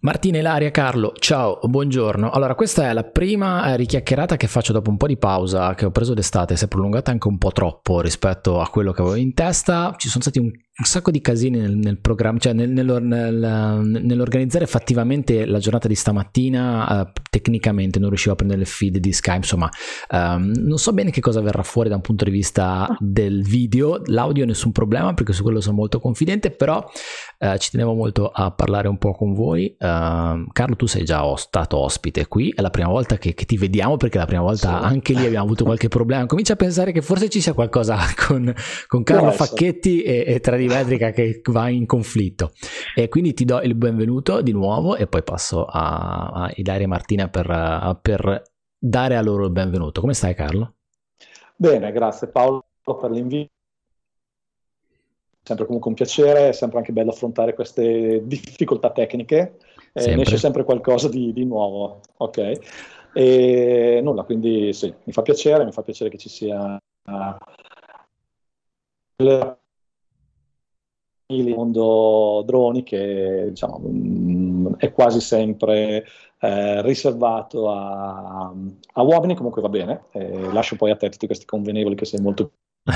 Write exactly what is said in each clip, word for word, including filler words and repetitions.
Martina, Ilaria, Carlo, ciao, buongiorno. Allora, questa è la prima eh, richiacchierata che faccio dopo un po' di pausa che ho preso d'estate, si è prolungata anche un po' troppo rispetto a quello che avevo in testa. Ci sono stati un, un sacco di casini nel, nel programma, cioè nel, nel, nel, nell'organizzare effettivamente la giornata di stamattina. Eh, tecnicamente non riuscivo a prendere il feed di Skype, insomma, ehm, non so bene che cosa verrà fuori da un punto di vista del video. L'audio nessun problema, perché su quello sono molto confidente, però eh, ci tenevo molto a parlare un po' con voi. Uh, Carlo, tu sei già stato ospite qui, è la prima volta che, che ti vediamo, perché la prima volta sì, anche lì abbiamo avuto qualche problema. Comincia a pensare che forse ci sia qualcosa con, con Carlo Facchetti e, e Tradimetrica che va in conflitto, e quindi ti do il benvenuto di nuovo e poi passo a, a Ilaria e Martina per, uh, per dare a loro il benvenuto. Come stai, Carlo? Bene, grazie Paolo per l'invito. Sempre comunque un piacere, è sempre anche bello affrontare queste difficoltà tecniche, eh, ne esce sempre qualcosa di, di nuovo, ok? E nulla, quindi sì, mi fa piacere, mi fa piacere che ci sia il mondo droni che, diciamo, mh, è quasi sempre eh, riservato a, a uomini. Comunque va bene, eh, lascio poi a te tutti questi convenevoli che sei molto...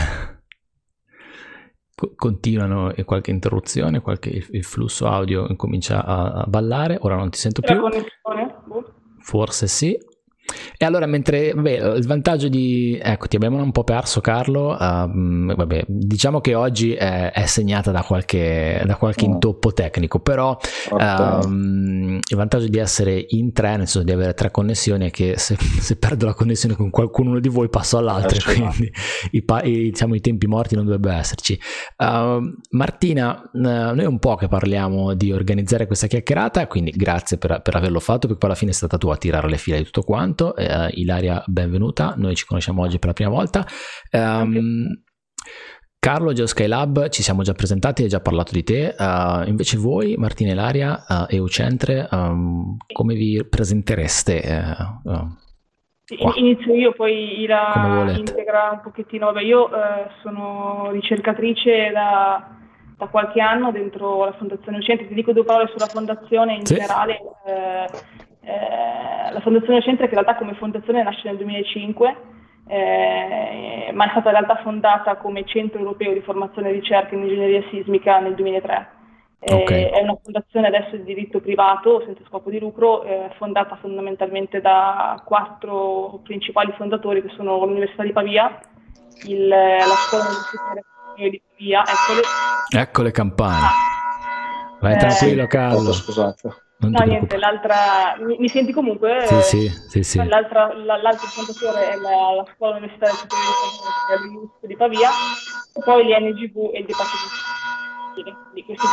Continuano e qualche interruzione, qualche, il, il flusso audio incomincia a, a ballare. Ora non ti sento più. Forse sì. E allora, mentre, vabbè, il vantaggio di, ecco, ti abbiamo un po' perso, Carlo. Um, vabbè, diciamo che oggi è, è segnata da qualche, da qualche intoppo tecnico, però okay. um, il vantaggio di essere in tre, nel senso di avere tre connessioni, è che se, se perdo la connessione con qualcuno di voi passo all'altro, eh, quindi i, i, diciamo, i tempi morti non dovrebbero esserci. Uh, Martina, uh, noi è un po' che parliamo di organizzare questa chiacchierata, quindi grazie per, per averlo fatto, perché poi alla fine è stata tu a tirare le fila di tutto quanto. Uh, Ilaria, benvenuta, noi ci conosciamo oggi per la prima volta. um, Carlo, GeoSkyLab, ci siamo già presentati, hai già parlato di te. Uh, invece voi, Martina e Ilaria, uh, EUCentre, um, come vi presentereste? Uh, uh, Inizio io, poi Ila integra un pochettino. Vabbè, io uh, sono ricercatrice da, da qualche anno dentro la Fondazione EUCentre. Ti dico due parole sulla fondazione in sì. generale. Uh, Eh, la Fondazione EUCentre, che in realtà come fondazione nasce nel duemilacinque, eh, ma è stata in realtà fondata come Centro Europeo di Formazione e Ricerca in Ingegneria Sismica nel duemilatré. Eh, okay. È una fondazione adesso di diritto privato, senza scopo di lucro, eh, fondata fondamentalmente da quattro principali fondatori, che sono l'Università di Pavia, il, la Scuola Universitaria di Pavia, eccole. Ecco le campane. Vai tranquillo, eh, Carlo. Scusate. Non no, niente, l'altra... Mi, mi senti comunque? Sì, sì, sì, sì. L'altra, la, l'altro fondatore è la, la Scuola Universitaria Superiore di Pavia, di Pavia, e poi l'I N G V e il Dipartimento di questi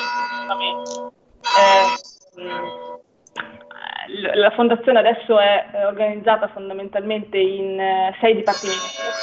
eh, La fondazione adesso è organizzata fondamentalmente in uh, sei dipartimenti.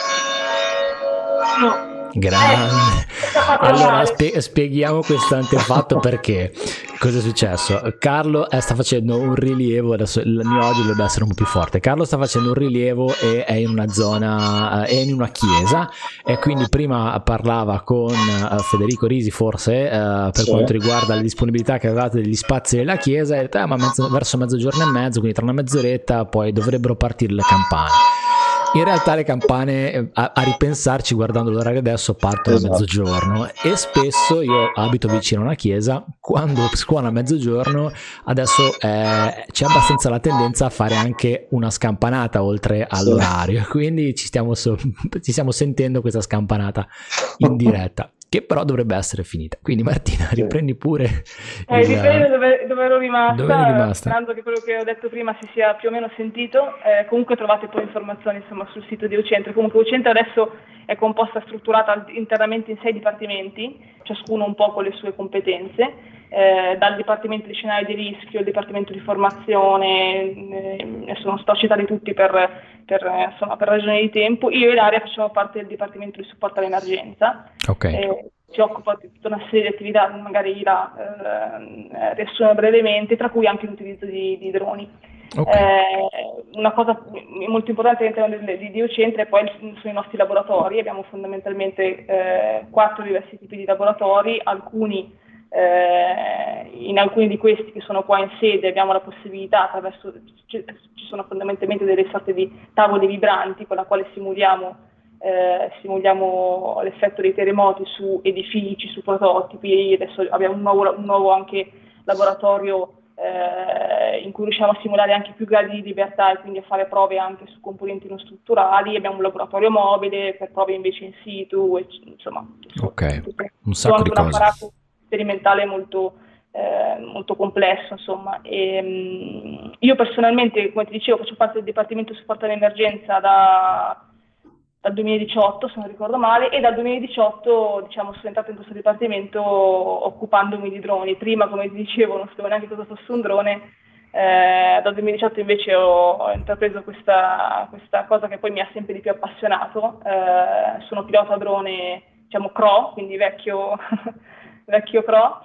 No. Grande. Allora spie- spieghiamo questo antefatto, perché cosa è successo? Carlo eh, sta facendo un rilievo, adesso il mio audio dovrebbe essere un po' più forte. Carlo sta facendo un rilievo e è in una zona, è in una chiesa, e quindi prima parlava con uh, Federico Risi forse uh, per sì. quanto riguarda la disponibilità che avevate degli spazi della chiesa, e ha detto eh, ma mezzo, verso mezzogiorno e mezzo, quindi tra una mezz'oretta poi dovrebbero partire le campane. In realtà le campane, a, a ripensarci guardando l'orario adesso, partono esatto. a mezzogiorno, e spesso io abito vicino a una chiesa, quando suona a mezzogiorno adesso eh, c'è abbastanza la tendenza a fare anche una scampanata oltre all'orario, sì. quindi ci stiamo, so, ci stiamo sentendo questa scampanata in diretta, che però dovrebbe essere finita. Quindi Martina, riprendi pure. Eh, il... Riprendo dove, dove ero rimasta, dove eri rimasta? Sperando che quello che ho detto prima si sia più o meno sentito. Eh, comunque trovate poi informazioni insomma sul sito di EUCentre. Comunque EUCentre adesso è composta, strutturata internamente in sei dipartimenti, ciascuno un po' con le sue competenze, eh, dal Dipartimento di Scenario di Rischio, il Dipartimento di Formazione, eh, adesso sto a citarli tutti per, per, insomma, per ragioni di tempo. Io e Ilaria facciamo parte del Dipartimento di Supporto all'Emergenza. Okay. Eh, si occupa di tutta una serie di attività, magari Ila eh, riassume brevemente, tra cui anche l'utilizzo di, di droni. Okay. Eh, una cosa molto importante all'interno di, di EUCentre poi sono i nostri laboratori. Abbiamo fondamentalmente eh, quattro diversi tipi di laboratori, alcuni Eh, in alcuni di questi che sono qua in sede abbiamo la possibilità, attraverso, ci, ci sono fondamentalmente delle sorte di tavole vibranti con la quale simuliamo, eh, simuliamo l'effetto dei terremoti su edifici, su prototipi. Adesso abbiamo un nuovo, un nuovo anche laboratorio eh, in cui riusciamo a simulare anche più gradi di libertà e quindi a fare prove anche su componenti non strutturali. Abbiamo un laboratorio mobile per prove invece in situ, e, insomma, ok, un sacco di cose. Un apparato sperimentale molto, eh, molto complesso, insomma. E, mh, io personalmente, come ti dicevo, faccio parte del Dipartimento Supporto all'Emergenza da, dal duemiladiciotto, se non ricordo male, e dal duemiladiciotto, diciamo, sono entrata in questo dipartimento occupandomi di droni. Prima, come ti dicevo, non sapevo neanche cosa fosse un drone. Eh, dal duemiladiciotto invece ho, ho intrapreso questa, questa cosa che poi mi ha sempre di più appassionato. Eh, sono pilota drone, diciamo, C R O, quindi vecchio... vecchio C R O,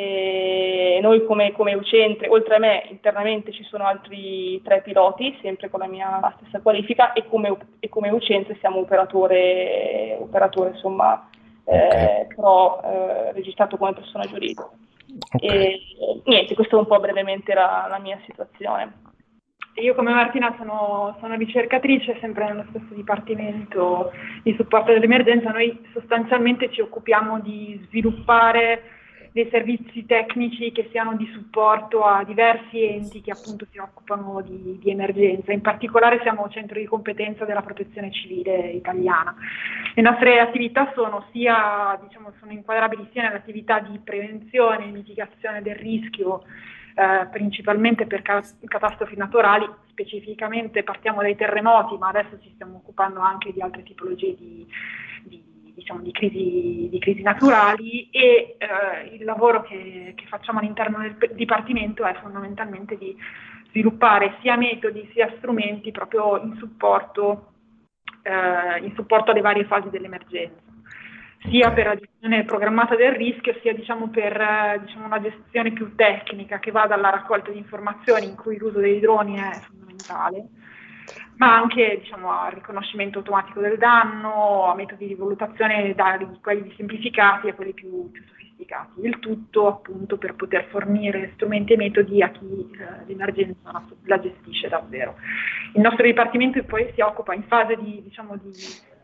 e noi come, come Ucentre, oltre a me internamente ci sono altri tre piloti, sempre con la mia stessa qualifica, e come, e come Ucentre siamo operatore, operatore insomma, eh, C R O eh, registrato come persona giuridica. Okay. E niente, questo è un po' brevemente la, la mia situazione. Io come Martina sono, sono ricercatrice, sempre nello stesso dipartimento di supporto dell'emergenza. Noi sostanzialmente ci occupiamo di sviluppare dei servizi tecnici che siano di supporto a diversi enti che appunto si occupano di, di emergenza. In particolare siamo centro di competenza della Protezione Civile italiana. Le nostre attività sono sia, diciamo, sono inquadrabili sia nell'attività di prevenzione e mitigazione del rischio, Eh, principalmente per ca- catastrofi naturali. Specificamente partiamo dai terremoti, ma adesso ci stiamo occupando anche di altre tipologie di, di, diciamo, di, crisi, di crisi naturali, e eh, il lavoro che, che facciamo all'interno del p- Dipartimento è fondamentalmente di sviluppare sia metodi sia strumenti proprio in supporto, eh, in supporto alle varie fasi dell'emergenza, sia okay. per la gestione programmata del rischio, sia diciamo per eh, diciamo una gestione più tecnica che va dalla raccolta di informazioni, in cui l'uso dei droni è fondamentale, ma anche diciamo al riconoscimento automatico del danno, a metodi di valutazione da quelli semplificati a quelli più, più sofisticati. Il tutto appunto per poter fornire strumenti e metodi a chi eh, l'emergenza la, la gestisce davvero. Il nostro dipartimento poi si occupa in fase di diciamo di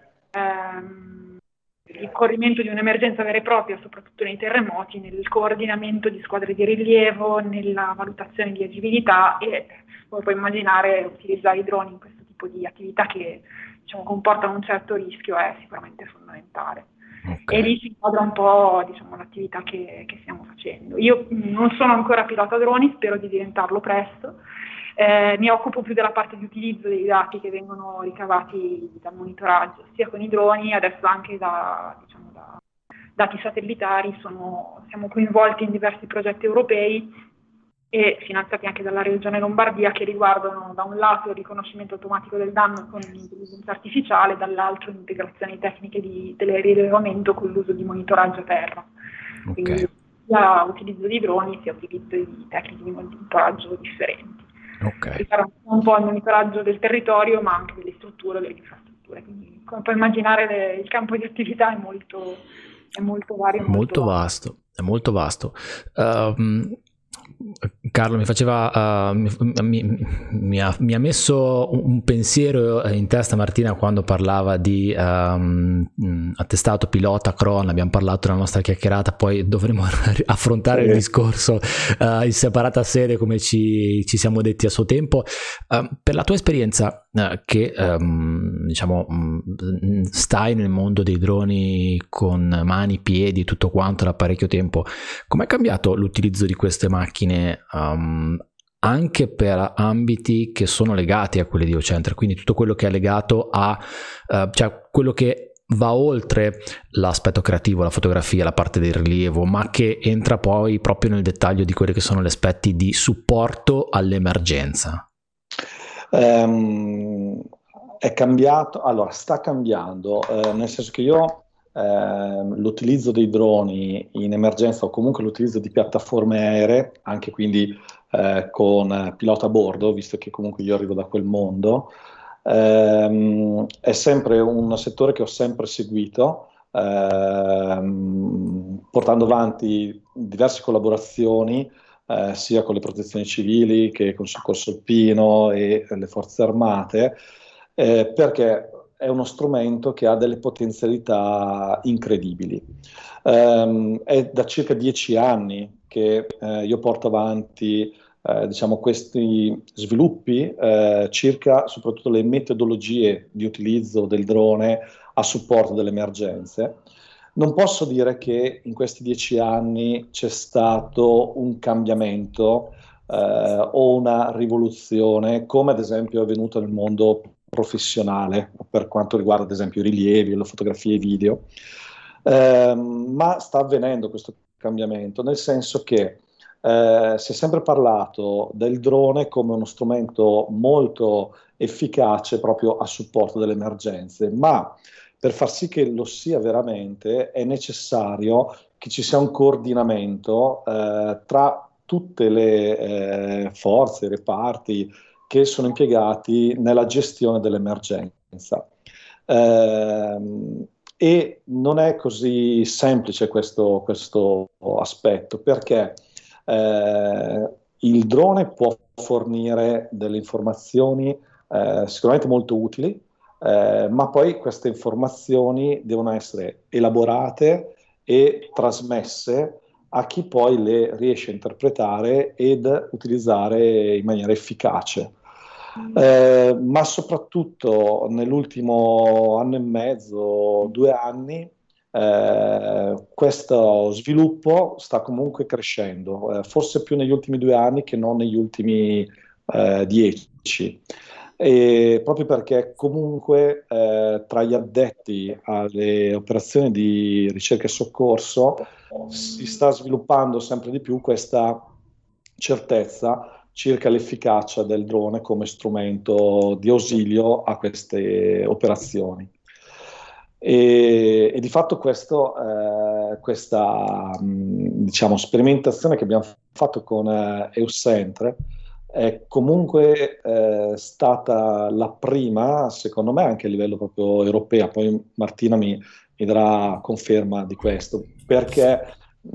ehm, il corrimento di un'emergenza vera e propria, soprattutto nei terremoti, nel coordinamento di squadre di rilievo, nella valutazione di agibilità, e come puoi immaginare utilizzare i droni in questo tipo di attività che diciamo, comportano un certo rischio è sicuramente fondamentale. Okay. E lì si inquadra un po' diciamo, l'attività che, che stiamo facendo. Io non sono ancora pilota droni, spero di diventarlo presto. Eh, mi occupo più della parte di utilizzo dei dati che vengono ricavati dal monitoraggio, sia con i droni, adesso anche da, diciamo, da dati satellitari. Sono, siamo coinvolti in diversi progetti europei e finanziati anche dalla Regione Lombardia, che riguardano da un lato il riconoscimento automatico del danno con l'intelligenza artificiale, dall'altro integrazioni tecniche di telerilevamento con l'uso di monitoraggio a terra. Okay. Quindi sia utilizzo di droni sia utilizzo di tecniche di monitoraggio differenti. Okay. Un po' il monitoraggio del territorio, ma anche delle strutture, delle infrastrutture. Quindi, come puoi immaginare, le, il campo di attività è molto, è molto vario. Molto, molto vasto, vasto, è molto vasto. Um, Carlo mi faceva uh, mi, mi, mi, ha, mi ha messo un pensiero in testa Martina quando parlava di um, attestato pilota C R O. Ne abbiamo parlato nella nostra chiacchierata, poi dovremo affrontare sì. il discorso uh, in separata sede come ci, ci siamo detti a suo tempo. Uh, per la tua esperienza uh, che um, diciamo um, stai nel mondo dei droni con mani, piedi, tutto quanto da parecchio tempo, com'è cambiato l'utilizzo di queste macchine Um, anche per ambiti che sono legati a quelli di Ucentre, quindi tutto quello che è legato a uh, cioè quello che va oltre l'aspetto creativo, la fotografia, la parte del rilievo, ma che entra poi proprio nel dettaglio di quelli che sono gli aspetti di supporto all'emergenza. Um, è cambiato, allora sta cambiando, eh, nel senso che io Eh, l'utilizzo dei droni in emergenza, o comunque l'utilizzo di piattaforme aeree, anche quindi eh, con pilota a bordo, visto che comunque io arrivo da quel mondo, ehm, è sempre un settore che ho sempre seguito, ehm, portando avanti diverse collaborazioni eh, sia con le protezioni civili che con il soccorso alpino e le forze armate, eh, perché è uno strumento che ha delle potenzialità incredibili. Um, è da circa dieci anni che eh, io porto avanti eh, diciamo, questi sviluppi eh, circa soprattutto le metodologie di utilizzo del drone a supporto delle emergenze. Non posso dire che in questi dieci anni c'è stato un cambiamento eh, o una rivoluzione, come ad esempio è avvenuto nel mondo professionale, per quanto riguarda ad esempio i rilievi, le fotografie e i video, eh, ma sta avvenendo questo cambiamento, nel senso che eh, si è sempre parlato del drone come uno strumento molto efficace proprio a supporto delle emergenze, ma per far sì che lo sia veramente è necessario che ci sia un coordinamento eh, tra tutte le eh, forze, i reparti che sono impiegati nella gestione dell'emergenza. Eh, e non è così semplice questo, questo aspetto, perché eh, il drone può fornire delle informazioni eh, sicuramente molto utili, eh, ma poi queste informazioni devono essere elaborate e trasmesse a chi poi le riesce a interpretare ed utilizzare in maniera efficace. Eh, ma soprattutto nell'ultimo anno e mezzo, due anni, eh, questo sviluppo sta comunque crescendo, eh, forse più negli ultimi due anni che non negli ultimi eh, dieci. E proprio perché comunque eh, tra gli addetti alle operazioni di ricerca e soccorso si sta sviluppando sempre di più questa certezza circa l'efficacia del drone come strumento di ausilio a queste operazioni. E, e di fatto questo, eh, questa mh, diciamo, sperimentazione che abbiamo fatto con eh, EUSENTRE è comunque eh, stata la prima, secondo me, anche a livello proprio europeo. Poi Martina mi, mi darà conferma di questo, perché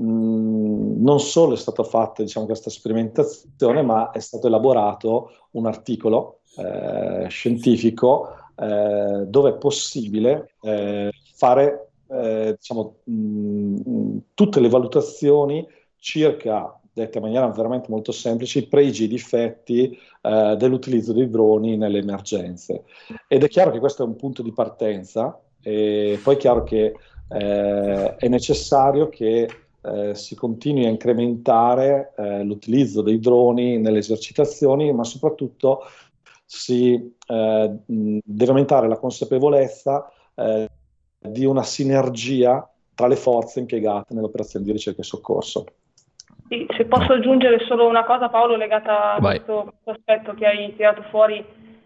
mh, non solo è stata fatta, diciamo, questa sperimentazione, ma è stato elaborato un articolo eh, scientifico eh, dove è possibile eh, fare eh, diciamo, mh, tutte le valutazioni circa, dette in maniera veramente molto semplice, i pregi e i difetti eh, dell'utilizzo dei droni nelle emergenze. Ed è chiaro che questo è un punto di partenza, e poi è chiaro che eh, è necessario che eh, si continui a incrementare eh, l'utilizzo dei droni nelle esercitazioni, ma soprattutto si eh, deve aumentare la consapevolezza eh, di una sinergia tra le forze impiegate nelle operazioni di ricerca e soccorso. Sì, se posso aggiungere solo una cosa, Paolo, legata a questo, questo aspetto che hai tirato fuori,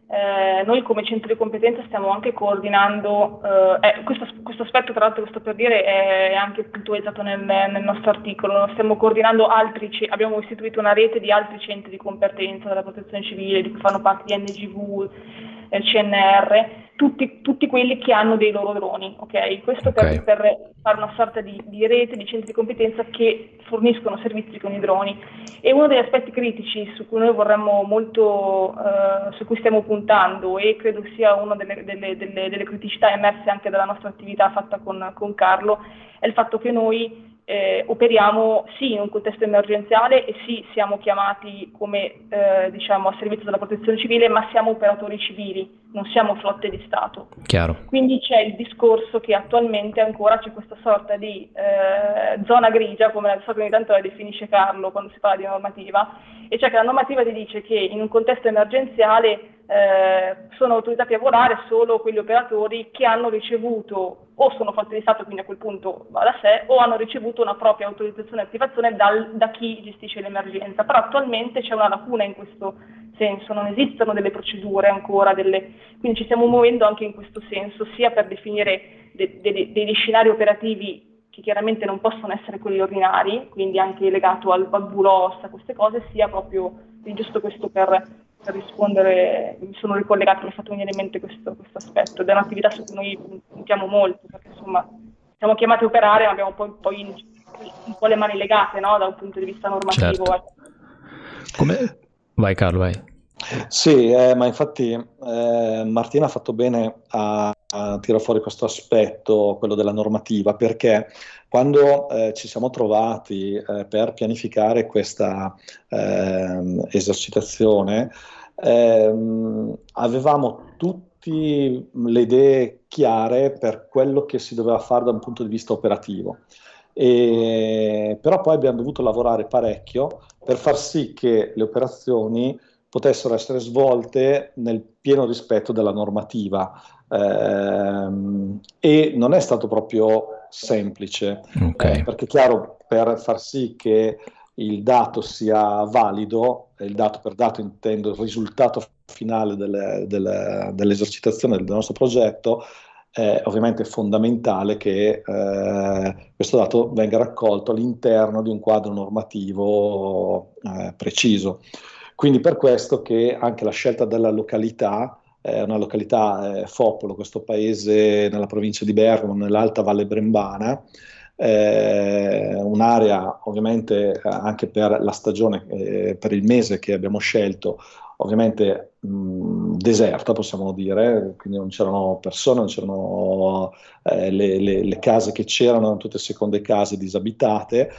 eh, noi come centro di competenza stiamo anche coordinando, eh, eh, questo, questo aspetto tra l'altro che sto per dire è anche puntualizzato nel, nel nostro articolo, stiamo coordinando altri, abbiamo istituito una rete di altri centri di competenza della protezione civile, di cui fanno parte di N G V, eh, C N R, tutti, tutti quelli che hanno dei loro droni, ok? Questo okay. per, per fare una sorta di, di rete di centri di competenza che forniscono servizi con i droni. E uno degli aspetti critici su cui noi vorremmo molto, eh, su cui stiamo puntando, e credo sia una delle, delle, delle, delle criticità emerse anche dalla nostra attività fatta con, con Carlo, è il fatto che noi Eh, operiamo sì in un contesto emergenziale e sì siamo chiamati come eh, diciamo a servizio della protezione civile, ma siamo operatori civili, non siamo flotte di Stato. Chiaro. Quindi c'è il discorso che attualmente ancora c'è questa sorta di eh, zona grigia, come so che ogni tanto la definisce Carlo quando si parla di normativa, e cioè che la normativa ti dice che in un contesto emergenziale eh, sono autorizzati a volare solo quegli operatori che hanno ricevuto o sono flotte di Stato, quindi a quel punto va da sé, o hanno ricevuto una propria autorizzazione e attivazione dal, da chi gestisce l'emergenza. Però attualmente c'è una lacuna in questo senso, non esistono delle procedure ancora, delle... quindi ci stiamo muovendo anche in questo senso, sia per definire de, de, de, degli scenari operativi che chiaramente non possono essere quelli ordinari, quindi anche legato al bulos, a queste cose, sia proprio, giusto questo per... per rispondere, mi sono ricollegato, mi è fatto venire in mente questo, questo aspetto, ed è un'attività su cui noi puntiamo molto, perché insomma siamo chiamati a operare, ma abbiamo poi, poi un po' le mani legate, no? Da un punto di vista normativo. Certo. Come... Vai Carlo, vai. Sì, eh, ma infatti eh, Martina ha fatto bene a, a tirare fuori questo aspetto, quello della normativa, perché quando eh, ci siamo trovati eh, per pianificare questa eh, esercitazione, eh, avevamo tutte le idee chiare per quello che si doveva fare da un punto di vista operativo. E, però poi abbiamo dovuto lavorare parecchio per far sì che le operazioni potessero essere svolte nel pieno rispetto della normativa, ehm, e non è stato proprio semplice, okay. eh, perché è chiaro, per far sì che il dato sia valido, il dato per dato intendo il risultato finale delle, delle, dell'esercitazione del nostro progetto, è ovviamente fondamentale che eh, questo dato venga raccolto all'interno di un quadro normativo eh, preciso. Quindi per questo che anche la scelta della località, è una località eh, Foppolo, questo paese nella provincia di Bergamo, nell'Alta Valle Brembana, eh, un'area ovviamente anche per la stagione, eh, per il mese che abbiamo scelto, ovviamente mh, deserta possiamo dire, quindi non c'erano persone, non c'erano eh, le, le, le case che c'erano, erano tutte seconde case disabitate.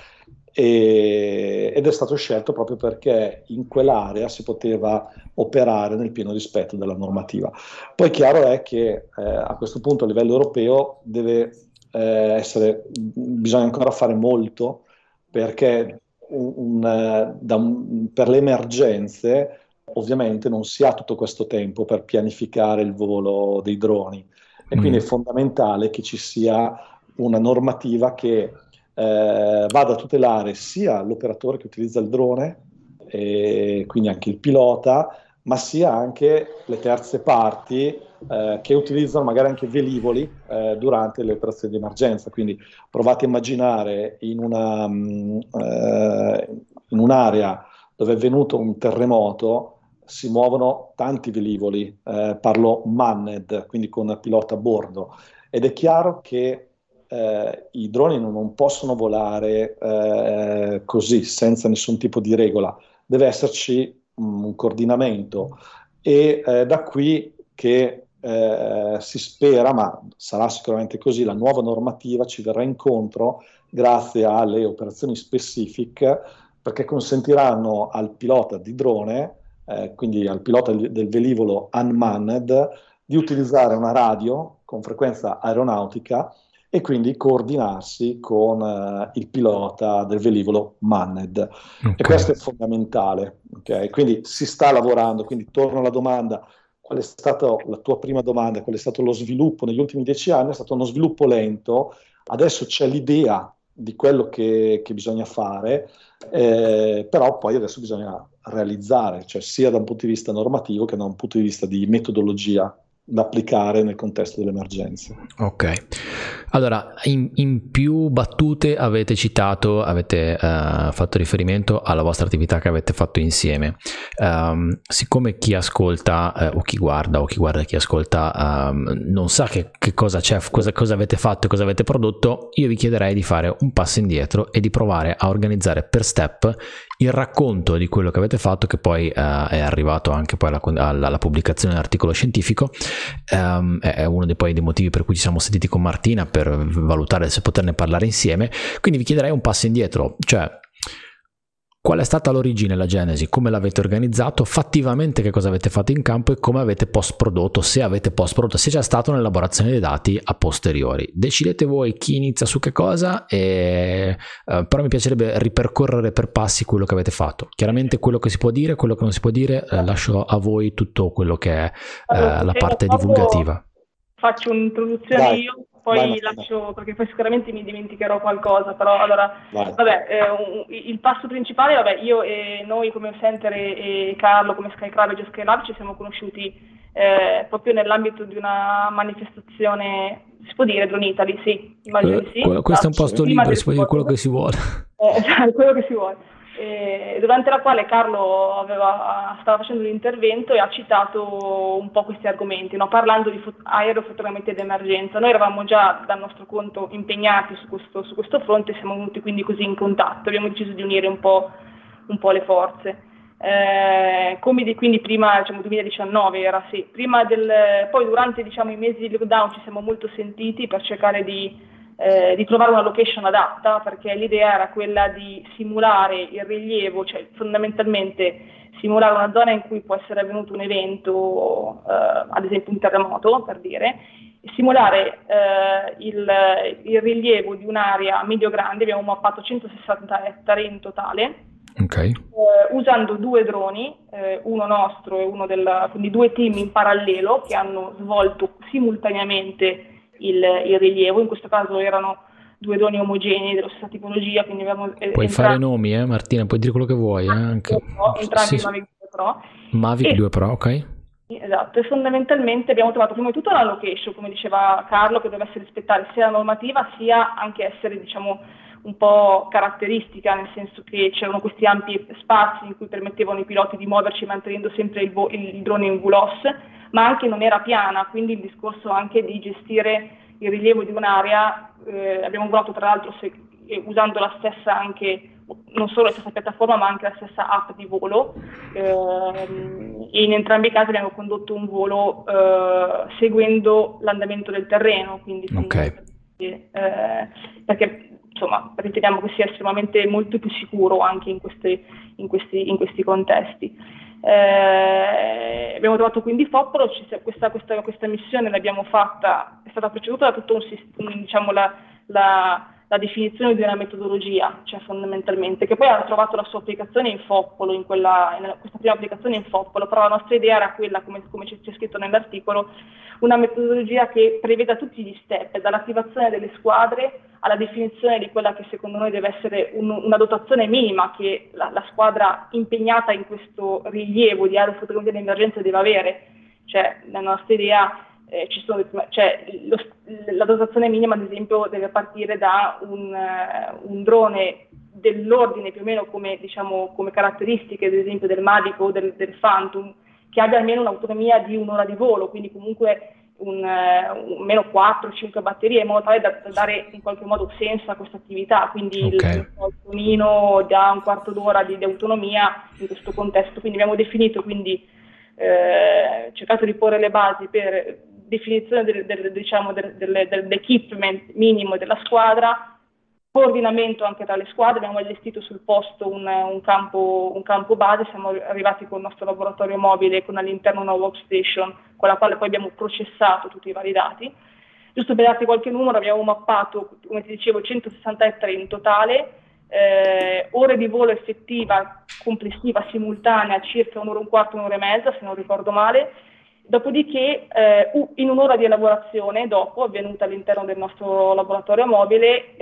E, ed è stato scelto proprio perché in quell'area si poteva operare nel pieno rispetto della normativa. Poi chiaro è che eh, a questo punto a livello europeo deve eh, essere, bisogna ancora fare molto, perché un, un, da un, per le emergenze ovviamente non si ha tutto questo tempo per pianificare il volo dei droni, e quindi mm. è fondamentale che ci sia una normativa che Eh, vada a tutelare sia l'operatore che utilizza il drone, e quindi anche il pilota, ma sia anche le terze parti eh, che utilizzano magari anche velivoli eh, durante le operazioni di emergenza. Quindi provate a immaginare in, una, mh, eh, in un'area dove è venuto un terremoto, si muovono tanti velivoli, eh, parlo manned, quindi con pilota a bordo, ed è chiaro che Eh, i droni non, non possono volare eh, così, senza nessun tipo di regola. Deve esserci um, un coordinamento, e eh, da qui che eh, si spera, ma sarà sicuramente così, la nuova normativa ci verrà incontro grazie alle operazioni specific, perché consentiranno al pilota di drone, eh, quindi al pilota del velivolo unmanned, di utilizzare una radio con frequenza aeronautica e quindi coordinarsi con uh, il pilota del velivolo manned. Okay. E questo è fondamentale. Okay? Quindi si sta lavorando, quindi torno alla domanda: qual è stata la tua prima domanda? Qual è stato lo sviluppo negli ultimi dieci anni? È stato uno sviluppo lento, adesso c'è l'idea di quello che, che bisogna fare, eh, però poi adesso bisogna realizzare, cioè sia da un punto di vista normativo che da un punto di vista di metodologia da applicare nel contesto delle emergenze. Ok, allora in, in più battute avete citato, avete uh, fatto riferimento alla vostra attività che avete fatto insieme. Um, siccome chi ascolta uh, o chi guarda o chi guarda e chi ascolta um, non sa che, che cosa c'è, cosa, cosa avete fatto e cosa avete prodotto, io vi chiederei di fare un passo indietro e di provare a organizzare per step il racconto di quello che avete fatto, che poi uh, è arrivato anche poi alla, alla, alla pubblicazione dell'articolo scientifico. Um, è uno dei poi dei motivi per cui ci siamo sentiti con Martina, per valutare se poterne parlare insieme. Quindi vi chiederei un passo indietro, cioè qual è stata l'origine, la genesi, come l'avete organizzato, fattivamente che cosa avete fatto in campo e come avete post prodotto, se avete post prodotto, se c'è stata un'elaborazione dei dati a posteriori. Decidete voi chi inizia su che cosa, e, eh, però mi piacerebbe ripercorrere per passi quello che avete fatto. Chiaramente quello che si può dire, quello che non si può dire, eh, lascio a voi tutto quello che è eh, allora, la parte divulgativa. Faccio un'introduzione Dai. io. Poi vai, lascio, perché poi sicuramente mi dimenticherò qualcosa, però allora, vai. vabbè, eh, il passo principale, vabbè, io e noi come Center e, e Carlo come SkyCrab e GeoSkyLab ci siamo conosciuti eh, proprio nell'ambito di una manifestazione, si può dire Drone Italy, sì, immagino di sì. Questo è un posto libero, si può dire quello che si vuole. Eh, quello che si vuole. eh, durante la quale Carlo aveva, stava facendo l'intervento e ha citato un po' questi argomenti, no? Parlando di fot- aerofotogrammetria d'emergenza. Noi eravamo già dal nostro conto impegnati su questo, su questo fronte, siamo venuti quindi così in contatto, abbiamo deciso di unire un po', un po' le forze. Eh, come di, quindi prima, diciamo duemiladiciannove era sì, prima del, poi durante diciamo i mesi di lockdown ci siamo molto sentiti per cercare di, eh, di trovare una location adatta, perché l'idea era quella di simulare il rilievo, cioè fondamentalmente simulare una zona in cui può essere avvenuto un evento, eh, ad esempio un terremoto per dire, simulare eh, il, il rilievo di un'area medio grande. Abbiamo mappato centosessanta ettari in totale. Okay. Eh, usando due droni, eh, uno nostro e uno del, quindi due team in parallelo che hanno svolto simultaneamente il, il rilievo. In questo caso erano due droni omogenei della stessa tipologia, quindi abbiamo eh, puoi entrambi, fare nomi, eh Martina, puoi dire quello che vuoi, eh, anche. Pro, entrambi sì, Mavic due Pro. Mavic e, due Pro, ok. Esatto, e fondamentalmente abbiamo trovato prima di tutto una location, come diceva Carlo, che dovesse rispettare sia la normativa sia anche essere, diciamo, un po' caratteristica, nel senso che c'erano questi ampi spazi in cui permettevano ai piloti di muoverci mantenendo sempre il, vo- il drone in V L O S, ma anche non era piana, quindi il discorso anche di gestire il rilievo di un'area, eh, abbiamo volato tra l'altro se, eh, usando la stessa anche, non solo la stessa piattaforma ma anche la stessa app di volo, ehm, e in entrambi i casi abbiamo condotto un volo eh, seguendo l'andamento del terreno, quindi okay. eh, perché insomma riteniamo che sia estremamente molto più sicuro anche in, queste, in, questi, in questi contesti. Eh, abbiamo trovato quindi Foppolo, ci, questa, questa, questa missione l'abbiamo fatta, è stata preceduta da tutto un sistema, diciamo la, la, la definizione di una metodologia, cioè fondamentalmente, che poi ha trovato la sua applicazione in Foppolo, in, quella, in questa prima applicazione in Foppolo, però la nostra idea era quella, come, come c'è scritto nell'articolo, una metodologia che preveda tutti gli step, dall'attivazione delle squadre alla definizione di quella che secondo noi deve essere un, una dotazione minima che la, la squadra impegnata in questo rilievo di aerofotogrammetria di emergenza deve avere. Cioè, nella nostra idea eh, ci sono, cioè, lo, la dotazione minima, ad esempio, deve partire da un, uh, un drone dell'ordine più o meno come, diciamo, come caratteristiche, ad esempio del Mavic o del, del Phantom, che abbia almeno un'autonomia di un'ora di volo, quindi comunque un, un meno quattro cinque batterie, in modo tale da, da dare in qualche modo senso a questa attività, quindi okay. il telefonino da un quarto d'ora di, di autonomia in questo contesto. Quindi abbiamo definito, quindi eh, cercato di porre le basi per definizione del, del, diciamo, del, del, dell'equipment minimo della squadra, coordinamento anche tra le squadre. Abbiamo allestito sul posto un, un, campo, un campo base, siamo arrivati con il nostro laboratorio mobile con all'interno una workstation con la quale poi abbiamo processato tutti i vari dati. Giusto per darti qualche numero, abbiamo mappato, come ti dicevo, centosessanta ettari in totale, eh, ore di volo effettiva complessiva simultanea circa un'ora e un quarto, un'ora e mezza se non ricordo male. Dopodiché, eh, in un'ora di elaborazione, dopo, avvenuta all'interno del nostro laboratorio mobile,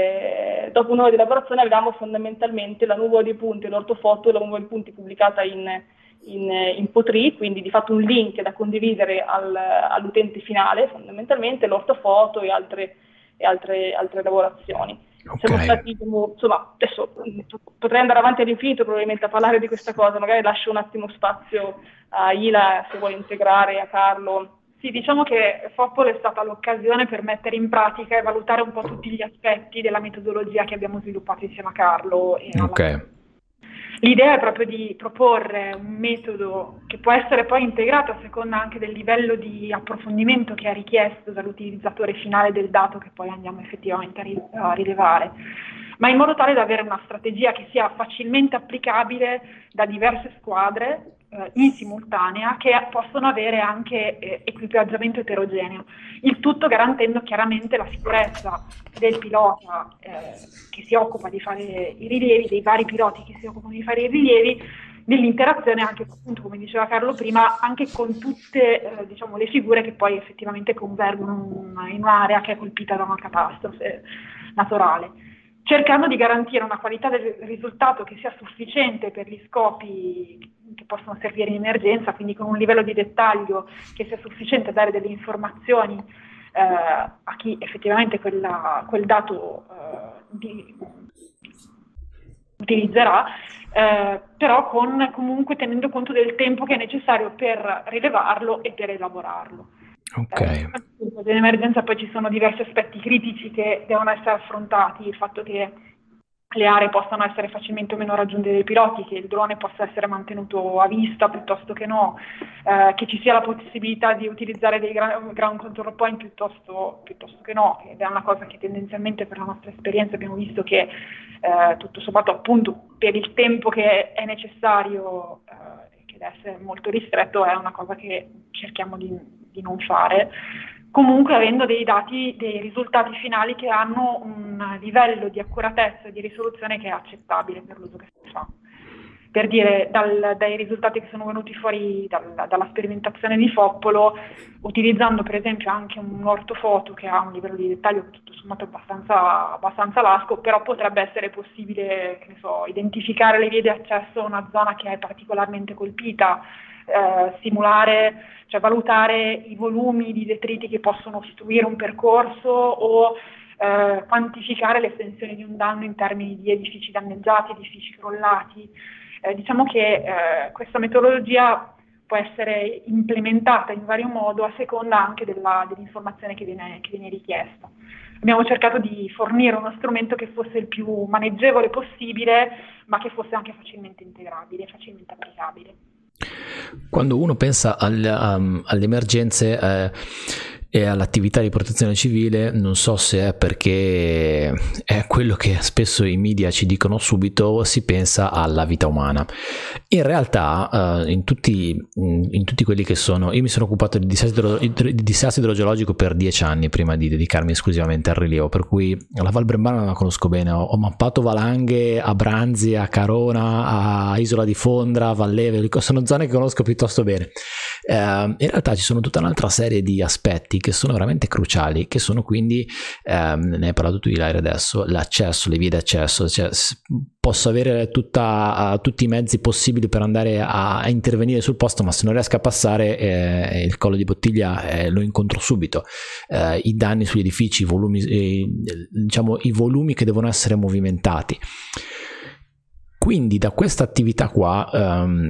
eh, dopo un'ora di elaborazione avevamo fondamentalmente la nuvola di punti, l'ortofoto e la nuvola di punti pubblicata in, in, in P O tre, quindi di fatto un link da condividere al, all'utente finale, fondamentalmente, l'ortofoto e altre, e altre, altre elaborazioni. Okay. Siamo stati, insomma, adesso potrei andare avanti all'infinito probabilmente a parlare di questa cosa, magari lascio un attimo spazio a Ila se vuole integrare, a Carlo. Sì, diciamo che Foppolo è stata l'occasione per mettere in pratica e valutare un po' tutti gli aspetti della metodologia che abbiamo sviluppato insieme a Carlo. E okay. alla... L'idea è proprio di proporre un metodo che può essere poi integrato a seconda anche del livello di approfondimento che è richiesto dall'utilizzatore finale del dato che poi andiamo effettivamente a, ri- a rilevare, ma in modo tale da avere una strategia che sia facilmente applicabile da diverse squadre eh, in simultanea, che possono avere anche eh, equipaggiamento eterogeneo, il tutto garantendo chiaramente la sicurezza del pilota eh, che si occupa di fare i rilievi, dei vari piloti che si occupano di fare i rilievi, nell'interazione anche, appunto, come diceva Carlo prima, anche con tutte eh, diciamo, le figure che poi effettivamente convergono in un'area che è colpita da una catastrofe naturale, cercando di garantire una qualità del risultato che sia sufficiente per gli scopi che possono servire in emergenza, quindi con un livello di dettaglio che sia sufficiente a dare delle informazioni eh, a chi effettivamente quella, quel dato eh, di, utilizzerà, eh, però con comunque tenendo conto del tempo che è necessario per rilevarlo e per elaborarlo. Ok. Eh, nell'emergenza poi ci sono diversi aspetti critici che devono essere affrontati, il fatto che le aree possano essere facilmente o meno raggiunte dai piloti, che il drone possa essere mantenuto a vista piuttosto che no, eh, che ci sia la possibilità di utilizzare dei ground control point piuttosto, piuttosto che no, ed è una cosa che tendenzialmente per la nostra esperienza abbiamo visto che eh, tutto sommato appunto per il tempo che è necessario, eh, che deve essere molto ristretto, è una cosa che cerchiamo di, di non fare. Comunque avendo dei dati, dei risultati finali che hanno un livello di accuratezza e di risoluzione che è accettabile per l'uso che si fa. Per dire, dal, dai risultati che sono venuti fuori dal, dalla sperimentazione di Foppolo, utilizzando per esempio anche un ortofoto che ha un livello di dettaglio tutto sommato abbastanza, abbastanza lasco, però potrebbe essere possibile, che ne so, identificare le vie di accesso a una zona che è particolarmente colpita, eh, simulare, cioè valutare i volumi di detriti che possono ostruire un percorso o eh, quantificare le estensioni di un danno in termini di edifici danneggiati, edifici crollati. Eh, diciamo che eh, questa metodologia può essere implementata in vario modo a seconda anche della, dell'informazione che viene, che viene richiesta. Abbiamo cercato di fornire uno strumento che fosse il più maneggevole possibile, ma che fosse anche facilmente integrabile, facilmente applicabile. Quando uno pensa al, um, alle emergenze eh, e all'attività di protezione civile, non so se è perché è quello che spesso i media ci dicono subito, si pensa alla vita umana. In realtà eh, in, tutti, in tutti quelli che sono, io mi sono occupato di disastro, di disastro idrogeologico per dieci anni prima di dedicarmi esclusivamente al rilievo, per cui la Val Brembana la conosco bene, ho, ho mappato valanghe a Branzi, a Carona, a Isola di Fondra, a Valleve, sono zone che conosco piuttosto bene. Eh, in realtà ci sono tutta un'altra serie di aspetti che sono veramente cruciali, che sono quindi, ehm, ne hai parlato tu Ilaria adesso, l'accesso, le vie d'accesso, cioè posso avere tutta, uh, tutti i mezzi possibili per andare a, a intervenire sul posto, ma se non riesco a passare eh, il collo di bottiglia eh, lo incontro subito. Eh, i danni sugli edifici, i volumi, eh, diciamo i volumi che devono essere movimentati. Quindi da questa attività qua um,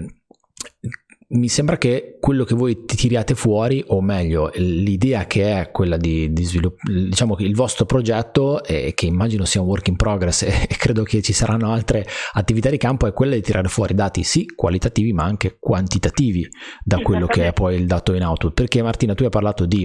mi sembra che quello che voi tiriate fuori, o meglio l'idea che è quella di, di sviluppare, diciamo che il vostro progetto, eh, che immagino sia un work in progress e, e credo che ci saranno altre attività di campo, è quella di tirare fuori dati sì qualitativi ma anche quantitativi da quello che è poi il dato in output. Perché Martina, tu hai parlato di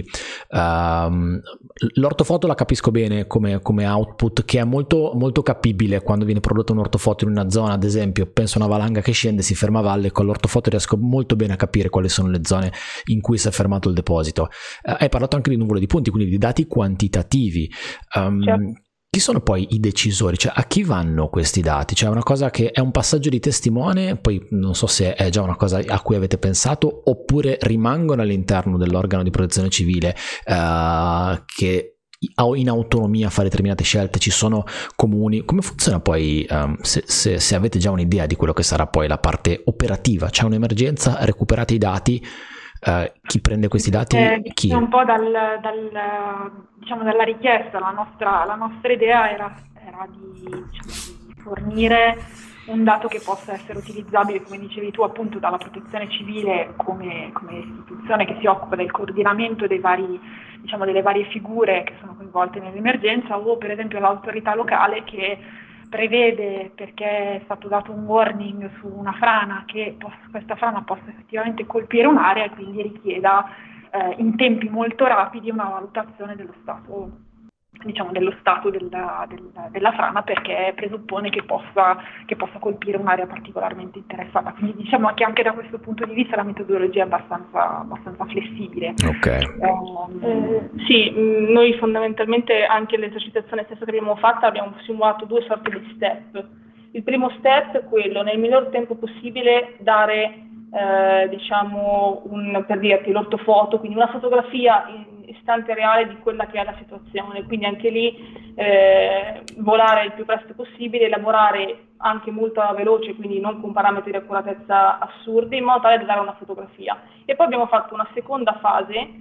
um, l'ortofoto, la capisco bene come, come output, che è molto, molto capibile quando viene prodotto un ortofoto in una zona, ad esempio penso a una valanga che scende, si ferma a valle, con l'ortofoto riesco molto bene a capire quali sono le zone in cui si è fermato il deposito. Eh, hai parlato anche di nuvole di punti, quindi di dati quantitativi. Um, certo. Chi sono poi i decisori? Cioè, a chi vanno questi dati? Cioè, è una cosa che è un passaggio di testimone, poi non so se è già una cosa a cui avete pensato, oppure rimangono all'interno dell'organo di protezione civile uh, che in autonomia a fare determinate scelte. Ci sono comuni, come funziona poi, um, se, se, se avete già un'idea di quello che sarà poi la parte operativa? C'è un'emergenza, recuperate i dati, uh, chi prende questi dati? Eh, chi? Un po' dal, dal, diciamo dalla richiesta, la nostra, la nostra idea era, era di, diciamo, di fornire un dato che possa essere utilizzabile, come dicevi tu, appunto dalla protezione civile come, come istituzione che si occupa del coordinamento dei vari, diciamo, delle varie figure che sono coinvolte nell'emergenza, o per esempio l'autorità locale che prevede, perché è stato dato un warning su una frana, che possa, questa frana possa effettivamente colpire un'area e quindi richieda eh, in tempi molto rapidi una valutazione dello stato, diciamo dello stato della, della, della frana, perché presuppone che possa, che possa colpire un'area particolarmente interessata. Quindi diciamo che anche da questo punto di vista la metodologia è abbastanza, abbastanza flessibile. Okay. Eh, eh, sì, noi fondamentalmente anche l'esercitazione stessa che abbiamo fatto abbiamo simulato due sorti di step. Il primo step è quello, nel miglior tempo possibile, dare eh, diciamo un, per dirti, l'ortofoto, quindi una fotografia in istante reale di quella che è la situazione, quindi anche lì eh, volare il più presto possibile, lavorare anche molto veloce, quindi non con parametri di accuratezza assurdi, in modo tale da dare una fotografia. E poi abbiamo fatto una seconda fase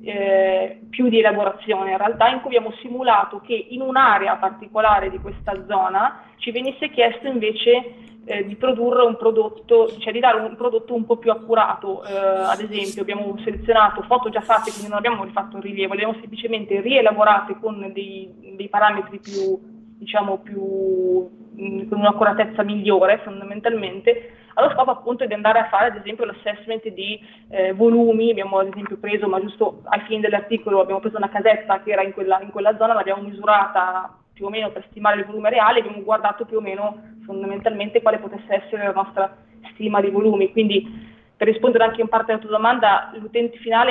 eh, più di elaborazione in realtà, in cui abbiamo simulato che in un'area particolare di questa zona ci venisse chiesto invece Eh, di produrre un prodotto, cioè di dare un prodotto un po' più accurato. Eh, ad esempio abbiamo selezionato foto già fatte, quindi non abbiamo rifatto il rilievo, le abbiamo semplicemente rielaborate con dei, dei parametri più, diciamo, più mh, con un'accuratezza migliore fondamentalmente, allo scopo appunto di andare a fare ad esempio l'assessment di eh, volumi. Abbiamo ad esempio preso, ma giusto ai fini dell'articolo, abbiamo preso una casetta che era in quella, in quella zona, l'abbiamo misurata più o meno per stimare il volume reale, abbiamo guardato più o meno fondamentalmente quale potesse essere la nostra stima di volumi. Quindi, per rispondere anche in parte alla tua domanda, l'utente finale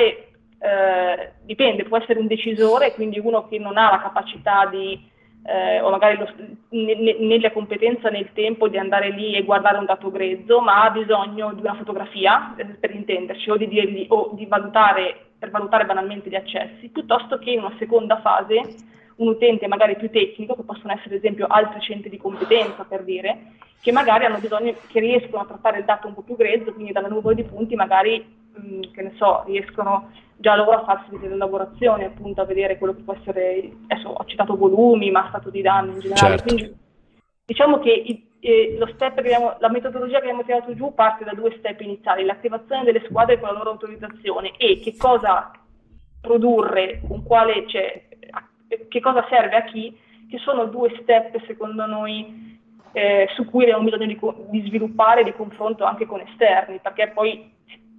eh, dipende, può essere un decisore, quindi uno che non ha la capacità di, eh, o magari lo, ne, né la competenza né il tempo di andare lì e guardare un dato grezzo, ma ha bisogno di una fotografia, eh, per intenderci, o di dirgli, o di valutare, per valutare banalmente gli accessi, piuttosto che in una seconda fase un utente magari più tecnico, che possono essere ad esempio altri centri di competenza, per dire, che magari hanno bisogno, che riescono a trattare il dato un po' più grezzo, quindi dalla nuvola di punti magari, mh, che ne so, riescono già loro a farsi delle elaborazioni, appunto a vedere quello che può essere, adesso ho citato volumi, ma stato di danno in generale. Certo. Quindi diciamo che i, eh, lo step che abbiamo, la metodologia che abbiamo tirato giù parte da due step iniziali: l'attivazione delle squadre con la loro autorizzazione e che cosa produrre, con quale, cioè, che cosa serve a chi, che sono due step secondo noi eh, su cui abbiamo bisogno di, di sviluppare di confronto anche con esterni, perché poi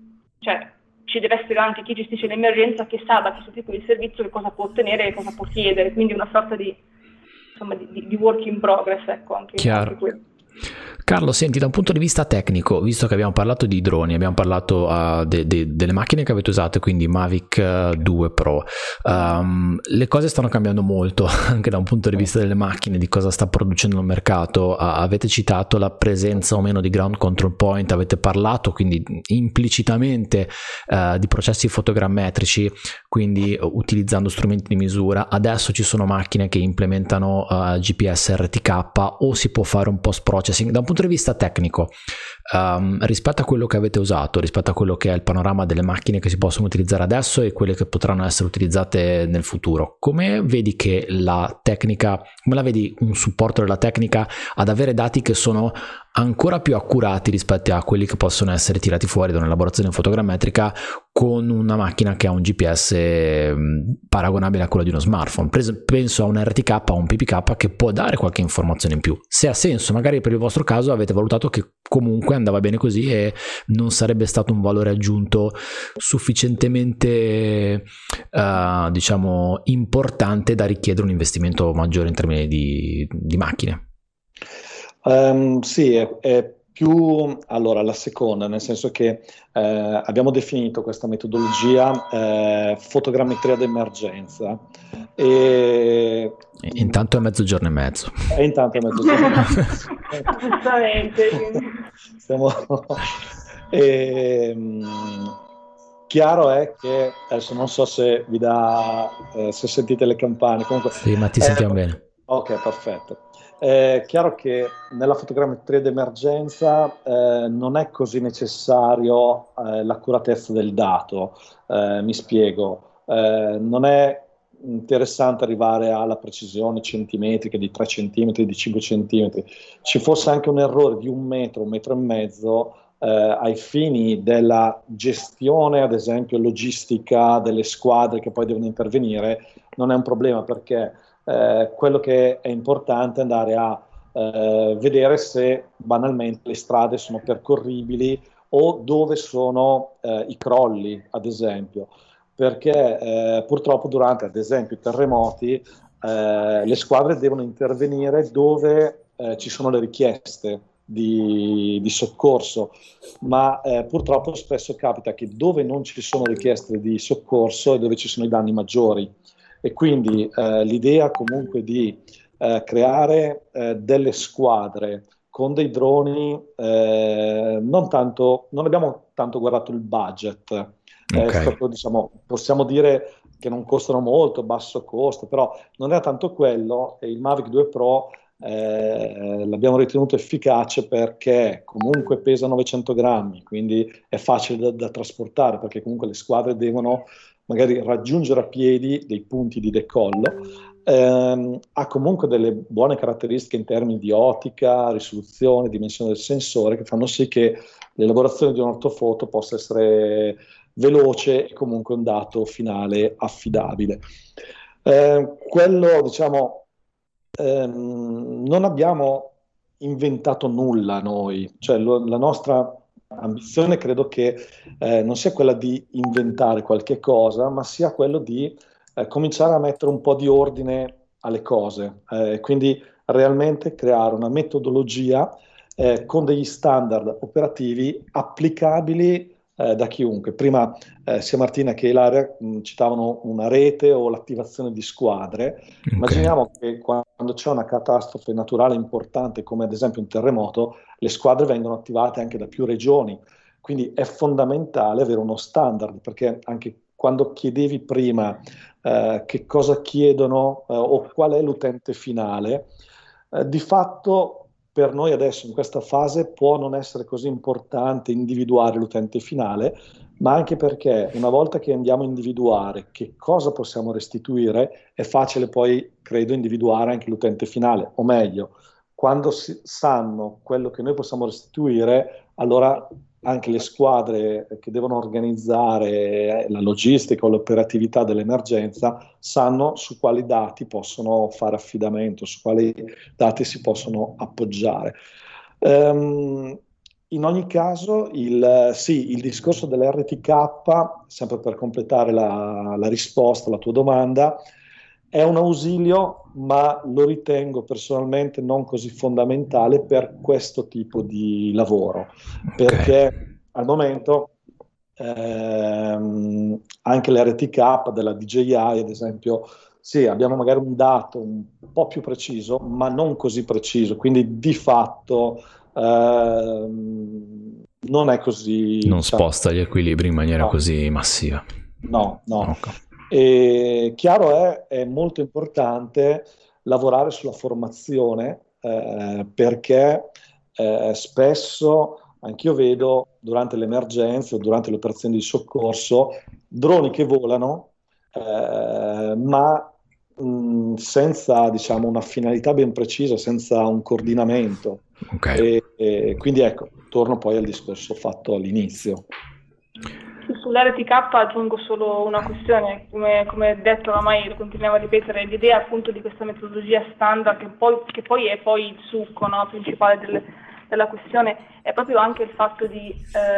cioè, ci deve essere anche chi gestisce l'emergenza che sa da questo tipo di servizio che cosa può ottenere e cosa può chiedere, quindi una sorta di, insomma, di, di work in progress, ecco, anche, Chiaro. anche questo. Carlo, senti, da un punto di vista tecnico, visto che abbiamo parlato di droni, abbiamo parlato uh, de- de- delle macchine che avete usato, quindi Mavic uh, due Pro, um, le cose stanno cambiando molto anche da un punto di vista delle macchine, di cosa sta producendo il mercato. Uh, avete citato la presenza o meno di ground control point, avete parlato quindi implicitamente uh, di processi fotogrammetrici, quindi uh, utilizzando strumenti di misura. Adesso ci sono macchine che implementano uh, G P S R T K, o si può fare un post processing. Da un punto di vista tecnico, um, rispetto a quello che avete usato, rispetto a quello che è il panorama delle macchine che si possono utilizzare adesso e quelle che potranno essere utilizzate nel futuro, come vedi che la tecnica, come la vedi un supporto della tecnica ad avere dati che sono ancora più accurati rispetto a quelli che possono essere tirati fuori da un'elaborazione fotogrammetrica con una macchina che ha un G P S paragonabile a quello di uno smartphone? Penso a un R T K o un P P K che può dare qualche informazione in più. Se ha senso, magari per il vostro caso avete valutato che comunque andava bene così e non sarebbe stato un valore aggiunto sufficientemente uh, diciamo importante da richiedere un investimento maggiore in termini di, di macchine. Um, sì, è, è più allora la seconda, nel senso che eh, abbiamo definito questa metodologia eh, fotogrammetria d'emergenza. E intanto è mezzogiorno e mezzo. E intanto è mezzogiorno e mezzo. Giustamente. Stiamo... e, mh, chiaro è che adesso non so se vi dà eh, se sentite le campane, comunque sì, ma ti sentiamo eh, bene. Ok, perfetto. È chiaro che nella fotogrammetria d'emergenza eh, non è così necessario eh, l'accuratezza del dato, eh, mi spiego, eh, non è interessante arrivare alla precisione centimetrica di tre centimetri, di cinque centimetri. Ci fosse anche un errore di un metro, un metro e mezzo eh, ai fini della gestione, ad esempio logistica delle squadre che poi devono intervenire, non è un problema, perché Eh, quello che è importante è andare a eh, vedere se banalmente le strade sono percorribili o dove sono eh, i crolli, ad esempio, perché eh, purtroppo durante, ad esempio, i terremoti eh, le squadre devono intervenire dove eh, ci sono le richieste di, di soccorso, ma eh, purtroppo spesso capita che dove non ci sono richieste di soccorso è dove ci sono i danni maggiori. E quindi eh, l'idea comunque di eh, creare eh, delle squadre con dei droni, eh, non tanto, non abbiamo tanto guardato il budget, okay. È stato, diciamo, possiamo dire che non costano molto, basso costo, però non era tanto quello, e il Mavic due Pro eh, l'abbiamo ritenuto efficace perché comunque pesa novecento grammi, quindi è facile da, da trasportare, perché comunque le squadre devono magari raggiungere a piedi dei punti di decollo, ehm, ha comunque delle buone caratteristiche in termini di ottica, risoluzione, dimensione del sensore, che fanno sì che l'elaborazione di un'ortofoto possa essere veloce e comunque un dato finale affidabile. Eh, quello, diciamo, ehm, non abbiamo inventato nulla noi, cioè lo, la nostra ambizione credo che eh, non sia quella di inventare qualche cosa, ma sia quello di eh, cominciare a mettere un po' di ordine alle cose, eh, quindi realmente creare una metodologia eh, con degli standard operativi applicabili eh, da chiunque. Prima eh, sia Martina che Ilaria mh, citavano una rete o l'attivazione di squadre. Okay. Immaginiamo che quando c'è una catastrofe naturale importante, come ad esempio un terremoto, le squadre vengono attivate anche da più regioni, quindi è fondamentale avere uno standard, perché anche quando chiedevi prima eh, che cosa chiedono eh, o qual è l'utente finale, eh, di fatto per noi adesso in questa fase può non essere così importante individuare l'utente finale, ma anche perché una volta che andiamo a individuare che cosa possiamo restituire, è facile poi, credo, individuare anche l'utente finale, o meglio, quando si sanno quello che noi possiamo restituire, allora anche le squadre che devono organizzare la logistica o l'operatività dell'emergenza sanno su quali dati possono fare affidamento, su quali dati si possono appoggiare. Um, in ogni caso, il, sì, il discorso dell'R T K, sempre per completare la, la risposta alla tua domanda, è un ausilio, ma lo ritengo personalmente non così fondamentale per questo tipo di lavoro, okay. Perché al momento ehm, anche l'R T K della D J I, ad esempio, sì, abbiamo magari un dato un po' più preciso, ma non così preciso, quindi di fatto ehm, non è così... Non diciamo, sposta gli equilibri in maniera no. così massiva. No, no. Okay. E chiaro è, è molto importante lavorare sulla formazione eh, perché eh, spesso anch'io vedo durante le emergenze o durante le operazioni di soccorso droni che volano eh, ma mh, senza, diciamo, una finalità ben precisa, senza un coordinamento. Okay. E, e quindi ecco, torno poi al discorso fatto all'inizio. Sull'R T K aggiungo solo una questione, come, come detto oramai lo continuiamo a ripetere, l'idea appunto di questa metodologia standard che poi, che poi è poi il succo, no, principale del, della questione, è proprio anche il fatto di,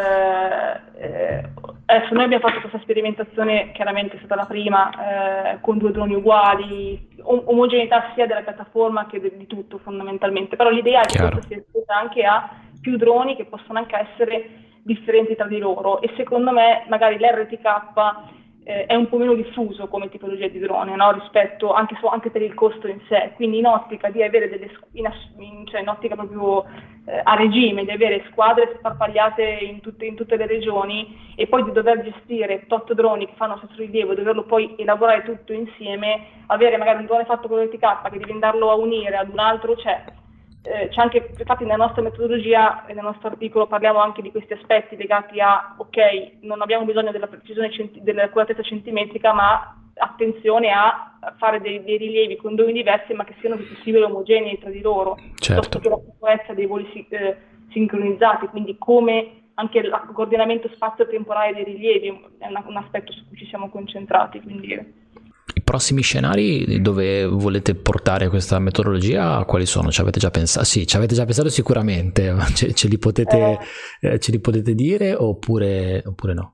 eh, eh, adesso noi abbiamo fatto questa sperimentazione, chiaramente è stata la prima, eh, con due droni uguali, om- omogeneità sia della piattaforma che de- di tutto fondamentalmente, però l'idea è che questo si estenda anche a più droni che possono anche essere differenti tra di loro, e secondo me magari l'R T K eh, è un po' meno diffuso come tipologia di drone, no? Rispetto anche, so, anche per il costo in sé, quindi in ottica di avere delle in, in, cioè in ottica proprio eh, a regime, di avere squadre sparpagliate in tutte, in tutte le regioni e poi di dover gestire tot droni che fanno lo stesso rilievo e doverlo poi elaborare tutto insieme, avere magari un drone fatto con l'R T K che devi andarlo a unire ad un altro, cioè Eh, c'è anche, infatti nella nostra metodologia e nel nostro articolo parliamo anche di questi aspetti legati a, ok, non abbiamo bisogno della precisione, centi- dell'accuratezza centimetrica, ma attenzione a fare dei, dei rilievi con droni diversi, ma che siano il più possibile omogenei tra di loro, certo. piuttosto che la sicurezza dei voli si- eh, sincronizzati, quindi come anche il coordinamento spazio-temporale dei rilievi è una, un aspetto su cui ci siamo concentrati, quindi... I prossimi scenari dove volete portare questa metodologia quali sono? Ci avete già pensato? Sì, ci avete già pensato sicuramente, ce, ce, li, potete, eh. Eh, ce li potete dire oppure, oppure no?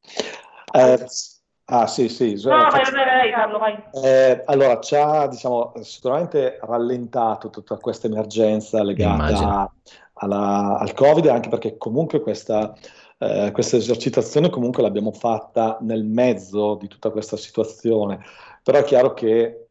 Eh, ah sì sì. No, vai, vai, vai, Carlo, vai. Eh, allora ci ha, diciamo, sicuramente rallentato tutta questa emergenza legata alla, al Covid, anche perché comunque questa... Eh, questa esercitazione comunque l'abbiamo fatta nel mezzo di tutta questa situazione, però è chiaro che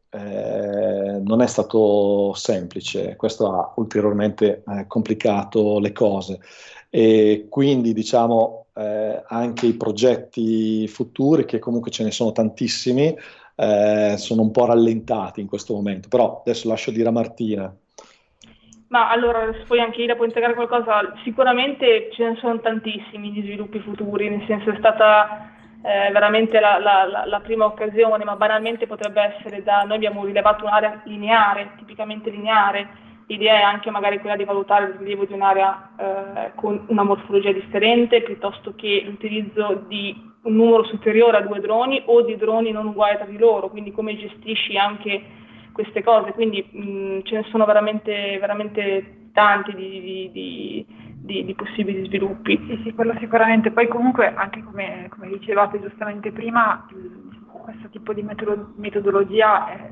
eh, non è stato semplice, questo ha ulteriormente eh, complicato le cose e quindi diciamo eh, anche i progetti futuri, che comunque ce ne sono tantissimi, eh, sono un po' rallentati in questo momento, però adesso lascio dire a Martina. Ma allora, se poi anche io può integrare qualcosa, sicuramente ce ne sono tantissimi di sviluppi futuri, nel senso è stata eh, veramente la, la, la prima occasione, ma banalmente potrebbe essere da, noi abbiamo rilevato un'area lineare, tipicamente lineare. L'idea è anche magari quella di valutare il rilievo di un'area eh, con una morfologia differente, piuttosto che l'utilizzo di un numero superiore a due droni o di droni non uguali tra di loro, quindi come gestisci anche queste cose. Quindi mh, ce ne sono veramente, veramente tanti di, di, di, di, di possibili sviluppi. Sì, sì, quello sicuramente. Poi comunque anche come, come dicevate giustamente prima, questo tipo di metodo, metodologia è,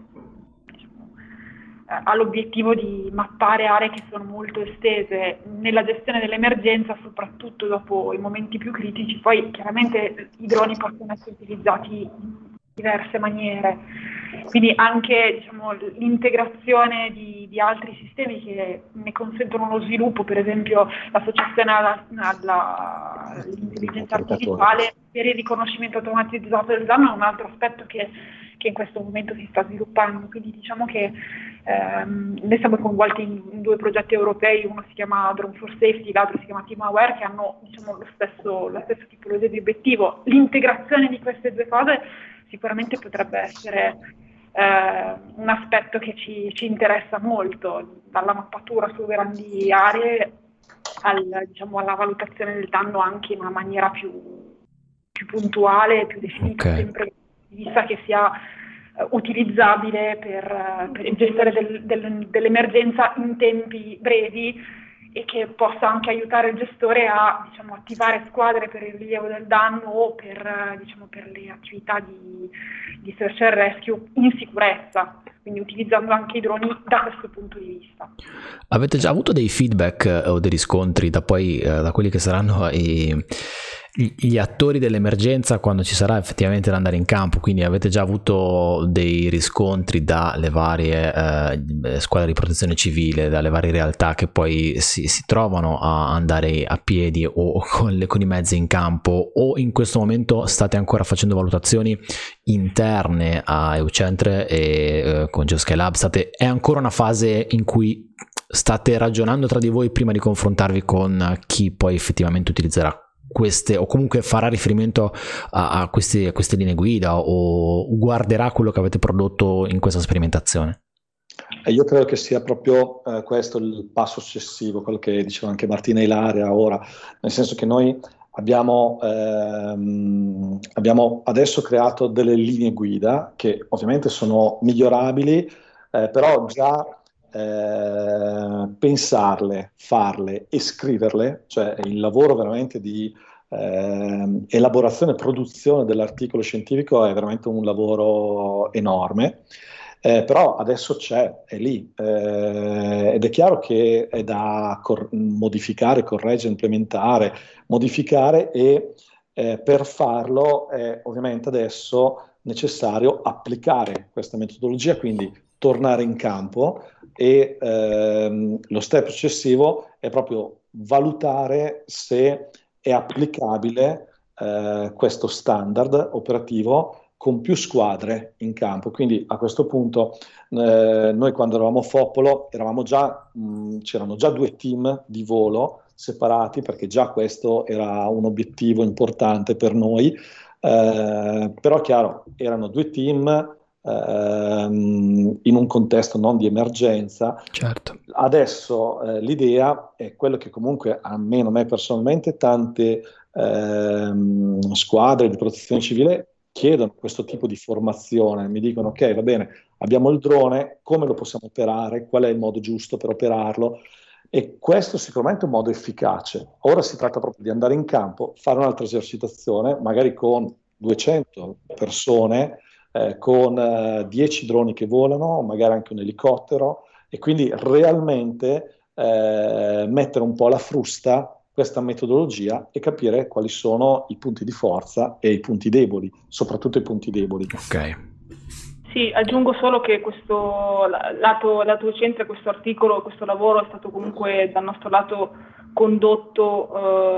ha l'obiettivo di mappare aree che sono molto estese nella gestione dell'emergenza, soprattutto dopo i momenti più critici. Poi chiaramente i droni possono essere utilizzati in diverse maniere, quindi anche diciamo, l'integrazione di, di altri sistemi che ne consentono lo sviluppo, per esempio l'associazione alla, alla, all'intelligenza artificiale per il riconoscimento automatizzato del danno è un altro aspetto che, che in questo momento si sta sviluppando. Quindi diciamo che ehm, noi siamo coinvolti in, in due progetti europei, uno si chiama Drone for Safety, l'altro si chiama TeamAware, che hanno diciamo, lo stesso, la stessa tipologia di obiettivo. L'integrazione di queste due cose sicuramente potrebbe essere eh, un aspetto che ci, ci interessa molto, dalla mappatura su grandi aree al, diciamo, alla valutazione del danno anche in una maniera più, più puntuale, più definita, okay. Sempre vista che sia uh, utilizzabile per, per il gestire del, del, dell'emergenza in tempi brevi e che possa anche aiutare il gestore a diciamo, attivare squadre per il rilievo del danno o per, diciamo, per le attività di, di search and rescue in sicurezza, quindi utilizzando anche i droni da questo punto di vista. Avete già avuto dei feedback o dei riscontri da poi eh, da quelli che saranno i, gli attori dell'emergenza quando ci sarà effettivamente l'andare in campo? Quindi avete già avuto dei riscontri dalle varie eh, squadre di protezione civile, dalle varie realtà che poi si, si trovano a andare a piedi o con, le, con i mezzi in campo, o in questo momento state ancora facendo valutazioni interne a Eucentre e eh, con Geosky state, è ancora una fase in cui state ragionando tra di voi prima di confrontarvi con chi poi effettivamente utilizzerà queste, o comunque farà riferimento a, a, queste, a queste linee guida o guarderà quello che avete prodotto in questa sperimentazione? Io credo che sia proprio eh, questo il passo successivo, quello che diceva anche Martina Ilaria ora, nel senso che noi abbiamo, ehm, abbiamo adesso creato delle linee guida che ovviamente sono migliorabili, eh, però già eh, pensarle, farle e scriverle, cioè il lavoro veramente di eh, elaborazione e produzione dell'articolo scientifico è veramente un lavoro enorme. Eh, però adesso c'è, è lì, eh, ed è chiaro che è da cor- modificare, correggere, implementare, modificare e eh, per farlo è ovviamente adesso necessario applicare questa metodologia, quindi tornare in campo e ehm, lo step successivo è proprio valutare se è applicabile eh, questo standard operativo con più squadre in campo. Quindi a questo punto eh, noi quando eravamo a Foppolo eravamo già, mh, c'erano già due team di volo separati, perché già questo era un obiettivo importante per noi, eh, però chiaro, erano due team eh, in un contesto non di emergenza. Certo. Adesso eh, l'idea è quello che comunque almeno a me personalmente tante eh, squadre di protezione civile chiedono questo tipo di formazione, mi dicono ok, va bene, abbiamo il drone, come lo possiamo operare, qual è il modo giusto per operarlo, e questo sicuramente è un modo efficace. Ora si tratta proprio di andare in campo, fare un'altra esercitazione, magari con duecento persone, eh, con eh, dieci droni che volano, magari anche un elicottero, e quindi realmente eh, mettere un po' alla frusta questa metodologia e capire quali sono i punti di forza e i punti deboli, soprattutto i punti deboli. Ok. Sì, aggiungo solo che questo lato, lato centro, questo articolo, questo lavoro è stato comunque dal nostro lato condotto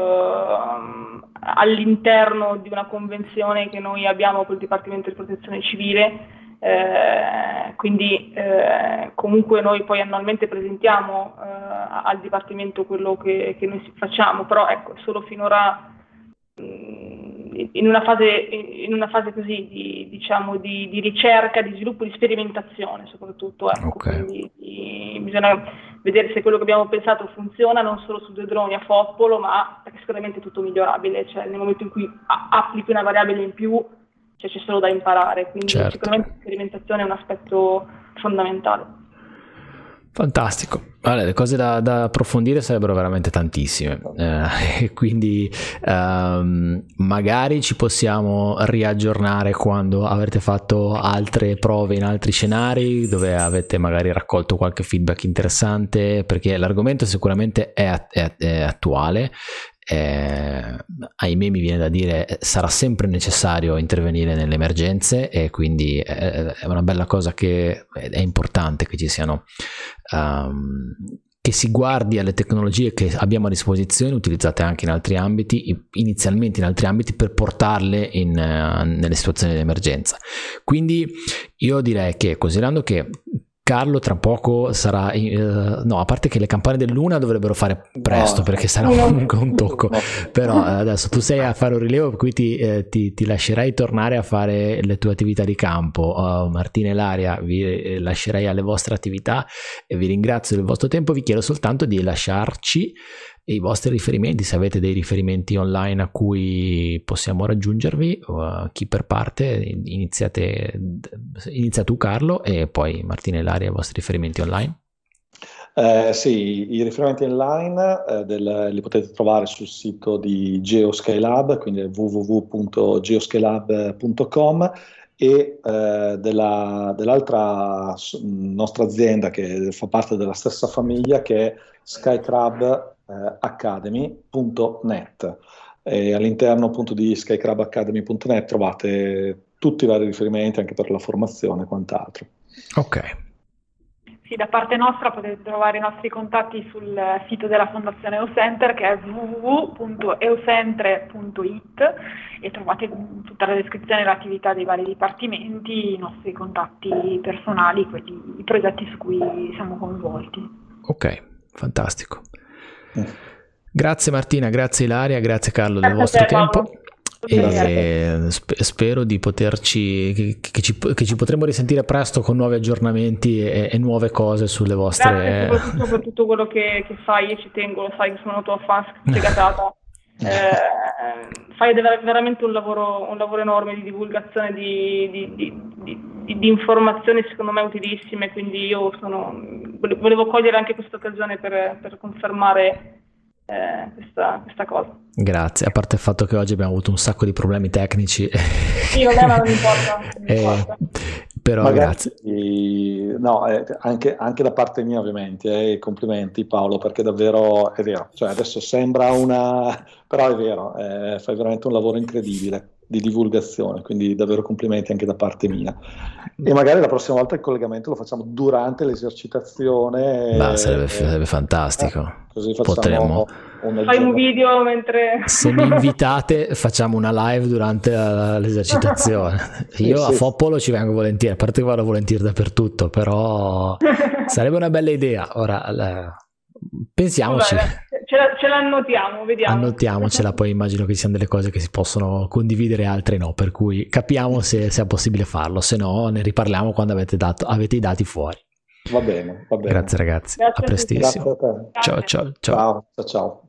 eh, all'interno di una convenzione che noi abbiamo col Dipartimento di Protezione Civile. Eh, quindi eh, comunque noi poi annualmente presentiamo eh, al Dipartimento quello che, che noi facciamo, però ecco, solo finora mh, in una fase, in una fase così di, diciamo, di, di ricerca, di sviluppo, di sperimentazione soprattutto. Ecco. Okay. Quindi di, bisogna vedere se quello che abbiamo pensato funziona non solo su due droni a Foppolo, ma perché sicuramente è tutto migliorabile, cioè nel momento in cui a- applichi una variabile in più, cioè c'è solo da imparare, quindi certo. Sicuramente la sperimentazione è un aspetto fondamentale. Fantastico. Allora, le cose da, da approfondire sarebbero veramente tantissime, eh, quindi ehm, magari ci possiamo riaggiornare quando avrete fatto altre prove in altri scenari dove avete magari raccolto qualche feedback interessante, perché l'argomento sicuramente è, è, è attuale. Eh, ahimè mi viene da dire sarà sempre necessario intervenire nelle emergenze, e quindi è, è una bella cosa, che è importante che ci siano um, che si guardi alle tecnologie che abbiamo a disposizione, utilizzate anche in altri ambiti, inizialmente in altri ambiti, per portarle in, uh, nelle situazioni di emergenza. Quindi io direi che, considerando che Carlo tra poco sarà, eh, no, a parte che le campane del Luna dovrebbero fare presto, no, perché sarà comunque un tocco, no. Però eh, adesso tu sei a fare un rilievo, per cui ti, eh, ti, ti lascerei tornare a fare le tue attività di campo. uh, Martina e Ilaria vi eh, lascerei alle vostre attività e vi ringrazio del vostro tempo. Vi chiedo soltanto di lasciarci i vostri riferimenti, se avete dei riferimenti online a cui possiamo raggiungervi. Uh, chi per parte, iniziate, inizia tu Carlo, e poi Martina e Ilaria i vostri riferimenti online. Eh, sì, i riferimenti online eh, del, li potete trovare sul sito di GeoScaleHub, quindi w w w punto geoscalehub punto com, e eh, della, dell'altra nostra azienda che fa parte della stessa famiglia, che è Skycrab academy punto net, e all'interno appunto di skycrab academy punto net trovate tutti i vari riferimenti anche per la formazione e quant'altro. Ok. Sì, da parte nostra potete trovare i nostri contatti sul sito della Fondazione EUCenter, che è w w w punto eucentre punto i t, e trovate tutta la descrizione dell'attività dei vari dipartimenti, i nostri contatti personali, quelli, i progetti su cui siamo coinvolti. Ok, fantastico. Grazie Martina, grazie Ilaria, grazie Carlo del vostro tempo, e sp- spero di poterci che, che, ci, che ci potremo risentire presto con nuovi aggiornamenti e, e nuove cose sulle vostre. Grazie soprattutto per tutto quello che, che fai, e ci tengo, lo sai che sono una tua fan sfegatata. eh, fai veramente un lavoro, un lavoro enorme di divulgazione di, di, di, di, di informazioni secondo me utilissime, quindi io sono, volevo cogliere anche questa occasione per, per confermare eh, questa, questa cosa. Grazie, a parte il fatto che oggi abbiamo avuto un sacco di problemi tecnici. Sì, vabbè, ma non importa, non eh, importa. Però magari, grazie. No, eh, anche, anche da parte mia ovviamente, eh, complimenti Paolo, perché davvero è vero, cioè adesso sembra una, però è vero, eh, fai veramente un lavoro incredibile di divulgazione, quindi davvero complimenti anche da parte mia. E magari la prossima volta il collegamento lo facciamo durante l'esercitazione. Bah, sarebbe, eh, sarebbe fantastico. Eh, così facciamo Potremmo. Un Fai un video mentre... Se mi invitate facciamo una live durante la, l'esercitazione. Io sì, a Foppolo ci vengo volentieri, a parte che vado volentieri dappertutto, però sarebbe una bella idea. Ora la... pensiamoci. Vabbè, ce, la, ce l'annotiamo, vediamo. Annotiamocela, poi immagino che ci siano delle cose che si possono condividere e altre no, per cui capiamo se, se è possibile farlo, se no ne riparliamo quando avete, dato, avete i dati fuori. Va bene, va bene. Grazie ragazzi, Grazie a prestissimo. Grazie a te. Ciao ciao ciao. Ciao ciao. ciao.